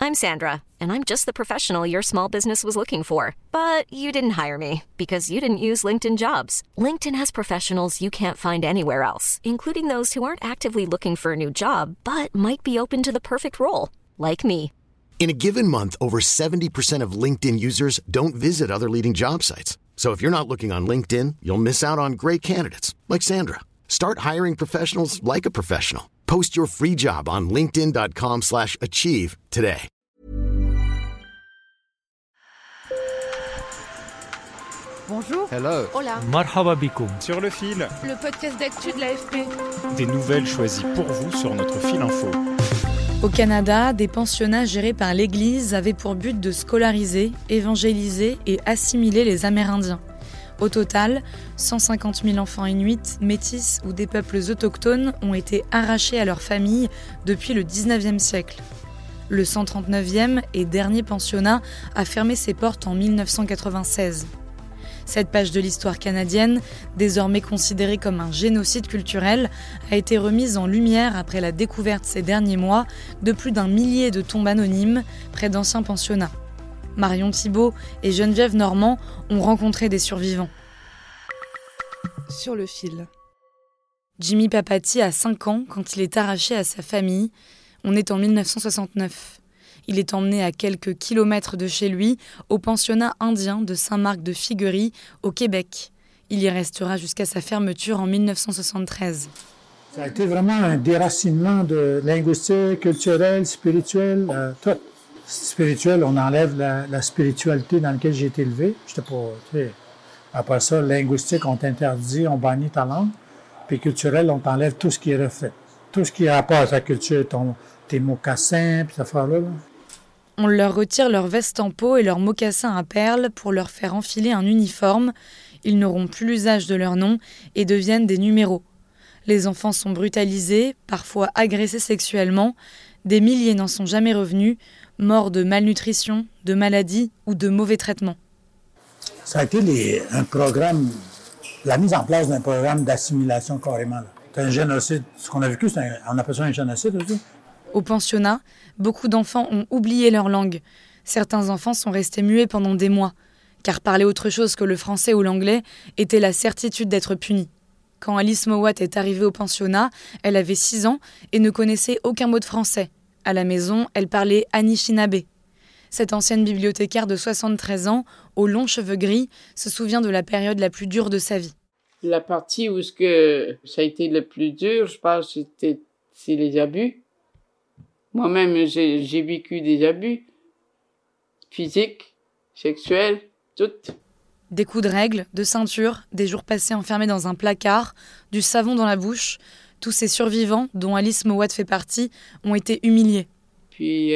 I'm Sandra, and I'm just the professional your small business was looking for. But you didn't hire me because you didn't use LinkedIn Jobs. LinkedIn has professionals you can't find anywhere else, including those who aren't actively looking for a new job, but might be open to the perfect role, like me. In a given month, over 70% of LinkedIn users don't visit other leading job sites. So if you're not looking on LinkedIn, you'll miss out on great candidates like Sandra. Start hiring professionals like a professional. Post your free job on linkedin.com/achieve today. Bonjour. Hello. Hola. Marhaba bikoum. Sur le fil. Le podcast d'actu de l'AFP. Des nouvelles choisies pour vous sur notre fil info. Au Canada, des pensionnats gérés par l'Église avaient pour but de scolariser, évangéliser et assimiler les Amérindiens. Au total, 150 000 enfants inuits, métis ou des peuples autochtones ont été arrachés à leurs familles depuis le 19e siècle. Le 139e et dernier pensionnat a fermé ses portes en 1996. Cette page de l'histoire canadienne, désormais considérée comme un génocide culturel, a été remise en lumière après la découverte ces derniers mois de plus d'1 millier de tombes anonymes près d'anciens pensionnats. Marion Thibault et Geneviève Normand ont rencontré des survivants. Sur le fil. Jimmy Papati a 5 ans quand il est arraché à sa famille. On est en 1969. Il est emmené à quelques kilomètres de chez lui, au pensionnat indien de Saint-Marc-de-Figuerie, au Québec. Il y restera jusqu'à sa fermeture en 1973. Ça a été vraiment un déracinement de linguistique, culturel, spirituel, tout. Spirituel, on enlève la spiritualité dans laquelle j'ai été élevé. J'étais pas, tu sais. Après ça, linguistique, on t'interdit, on bannit ta langue. Puis culturel, on t'enlève tout ce qui est reflet. Tout ce qui est rapport à ta culture, tes mocassins, puis cette affaire-là. On leur retire leurs vestes en peau et leurs mocassins à perles pour leur faire enfiler un uniforme. Ils n'auront plus l'usage de leur nom et deviennent des numéros. Les enfants sont brutalisés, parfois agressés sexuellement. Des milliers n'en sont jamais revenus, morts de malnutrition, de maladies ou de mauvais traitements. Ça a été un programme, la mise en place d'un programme d'assimilation carrément. Là. C'est un génocide. Ce qu'on a vécu, on appelle ça un génocide aussi. Au pensionnat, beaucoup d'enfants ont oublié leur langue. Certains enfants sont restés muets pendant des mois, car parler autre chose que le français ou l'anglais était la certitude d'être puni. Quand Alice Mowat est arrivée au pensionnat, elle avait 6 ans et ne connaissait aucun mot de français. À la maison, elle parlait Anishinaabe. Cette ancienne bibliothécaire de 73 ans, aux longs cheveux gris, se souvient de la période la plus dure de sa vie. La partie où ça a été le plus dur, je pense, c'est les abus. Moi-même, j'ai vécu des abus physiques, sexuels, toutes. Des coups de règle, de ceinture, des jours passés enfermés dans un placard, du savon dans la bouche. Tous ces survivants, dont Alice Mowat fait partie, ont été humiliés. Puis,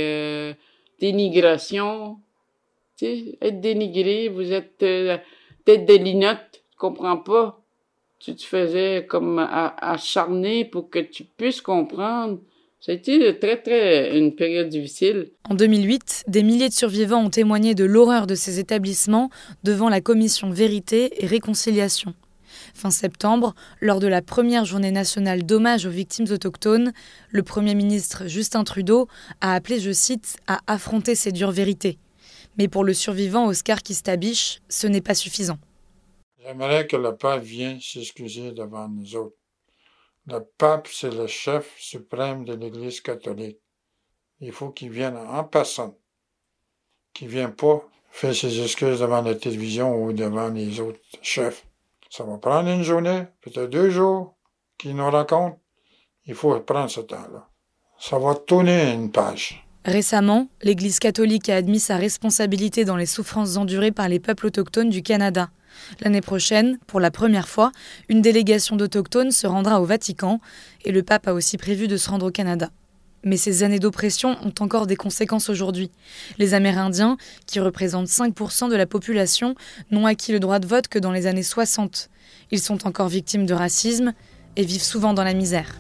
dénigration. Tu sais, être dénigré, vous êtes tête de linotte, tu comprends pas. Tu te faisais comme acharner pour que tu puisses comprendre. Ça a été une période difficile. En 2008, des milliers de survivants ont témoigné de l'horreur de ces établissements devant la commission Vérité et Réconciliation. Fin septembre, lors de la première journée nationale d'hommage aux victimes autochtones, le Premier ministre Justin Trudeau a appelé, je cite, « à affronter ces dures vérités ». Mais pour le survivant Oscar Kistabiche, ce n'est pas suffisant. J'aimerais que le pape vienne s'excuser devant nous autres. Le pape, c'est le chef suprême de l'Église catholique. Il faut qu'il vienne en personne. Qu'il ne vienne pas faire ses excuses devant la télévision ou devant les autres chefs. Ça va prendre une journée, peut-être 2 jours, qu'il nous raconte. Il faut prendre ce temps-là. Ça va tourner une page. Récemment, l'Église catholique a admis sa responsabilité dans les souffrances endurées par les peuples autochtones du Canada. L'année prochaine, pour la première fois, une délégation d'autochtones se rendra au Vatican et le pape a aussi prévu de se rendre au Canada. Mais ces années d'oppression ont encore des conséquences aujourd'hui. Les Amérindiens, qui représentent 5% de la population, n'ont acquis le droit de vote que dans les années 60. Ils sont encore victimes de racisme et vivent souvent dans la misère.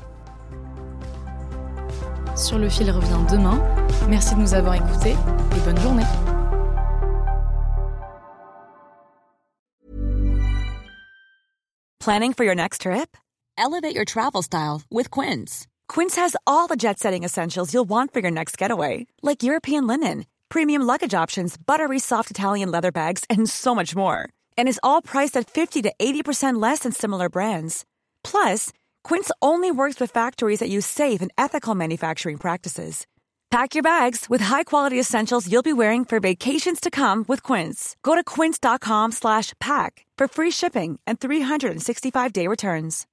Sur le fil revient demain. Merci de nous avoir écoutés et bonne journée. Planning for your next trip? Elevate your travel style with Quince. Quince has all the jet-setting essentials you'll want for your next getaway, like European linen, premium luggage options, buttery soft Italian leather bags, and so much more. And is all priced at 50 to 80% less than similar brands. Plus, Quince only works with factories that use safe and ethical manufacturing practices. Pack your bags with high-quality essentials you'll be wearing for vacations to come with Quince. Go to quince.com/pack for free shipping and 365-day returns.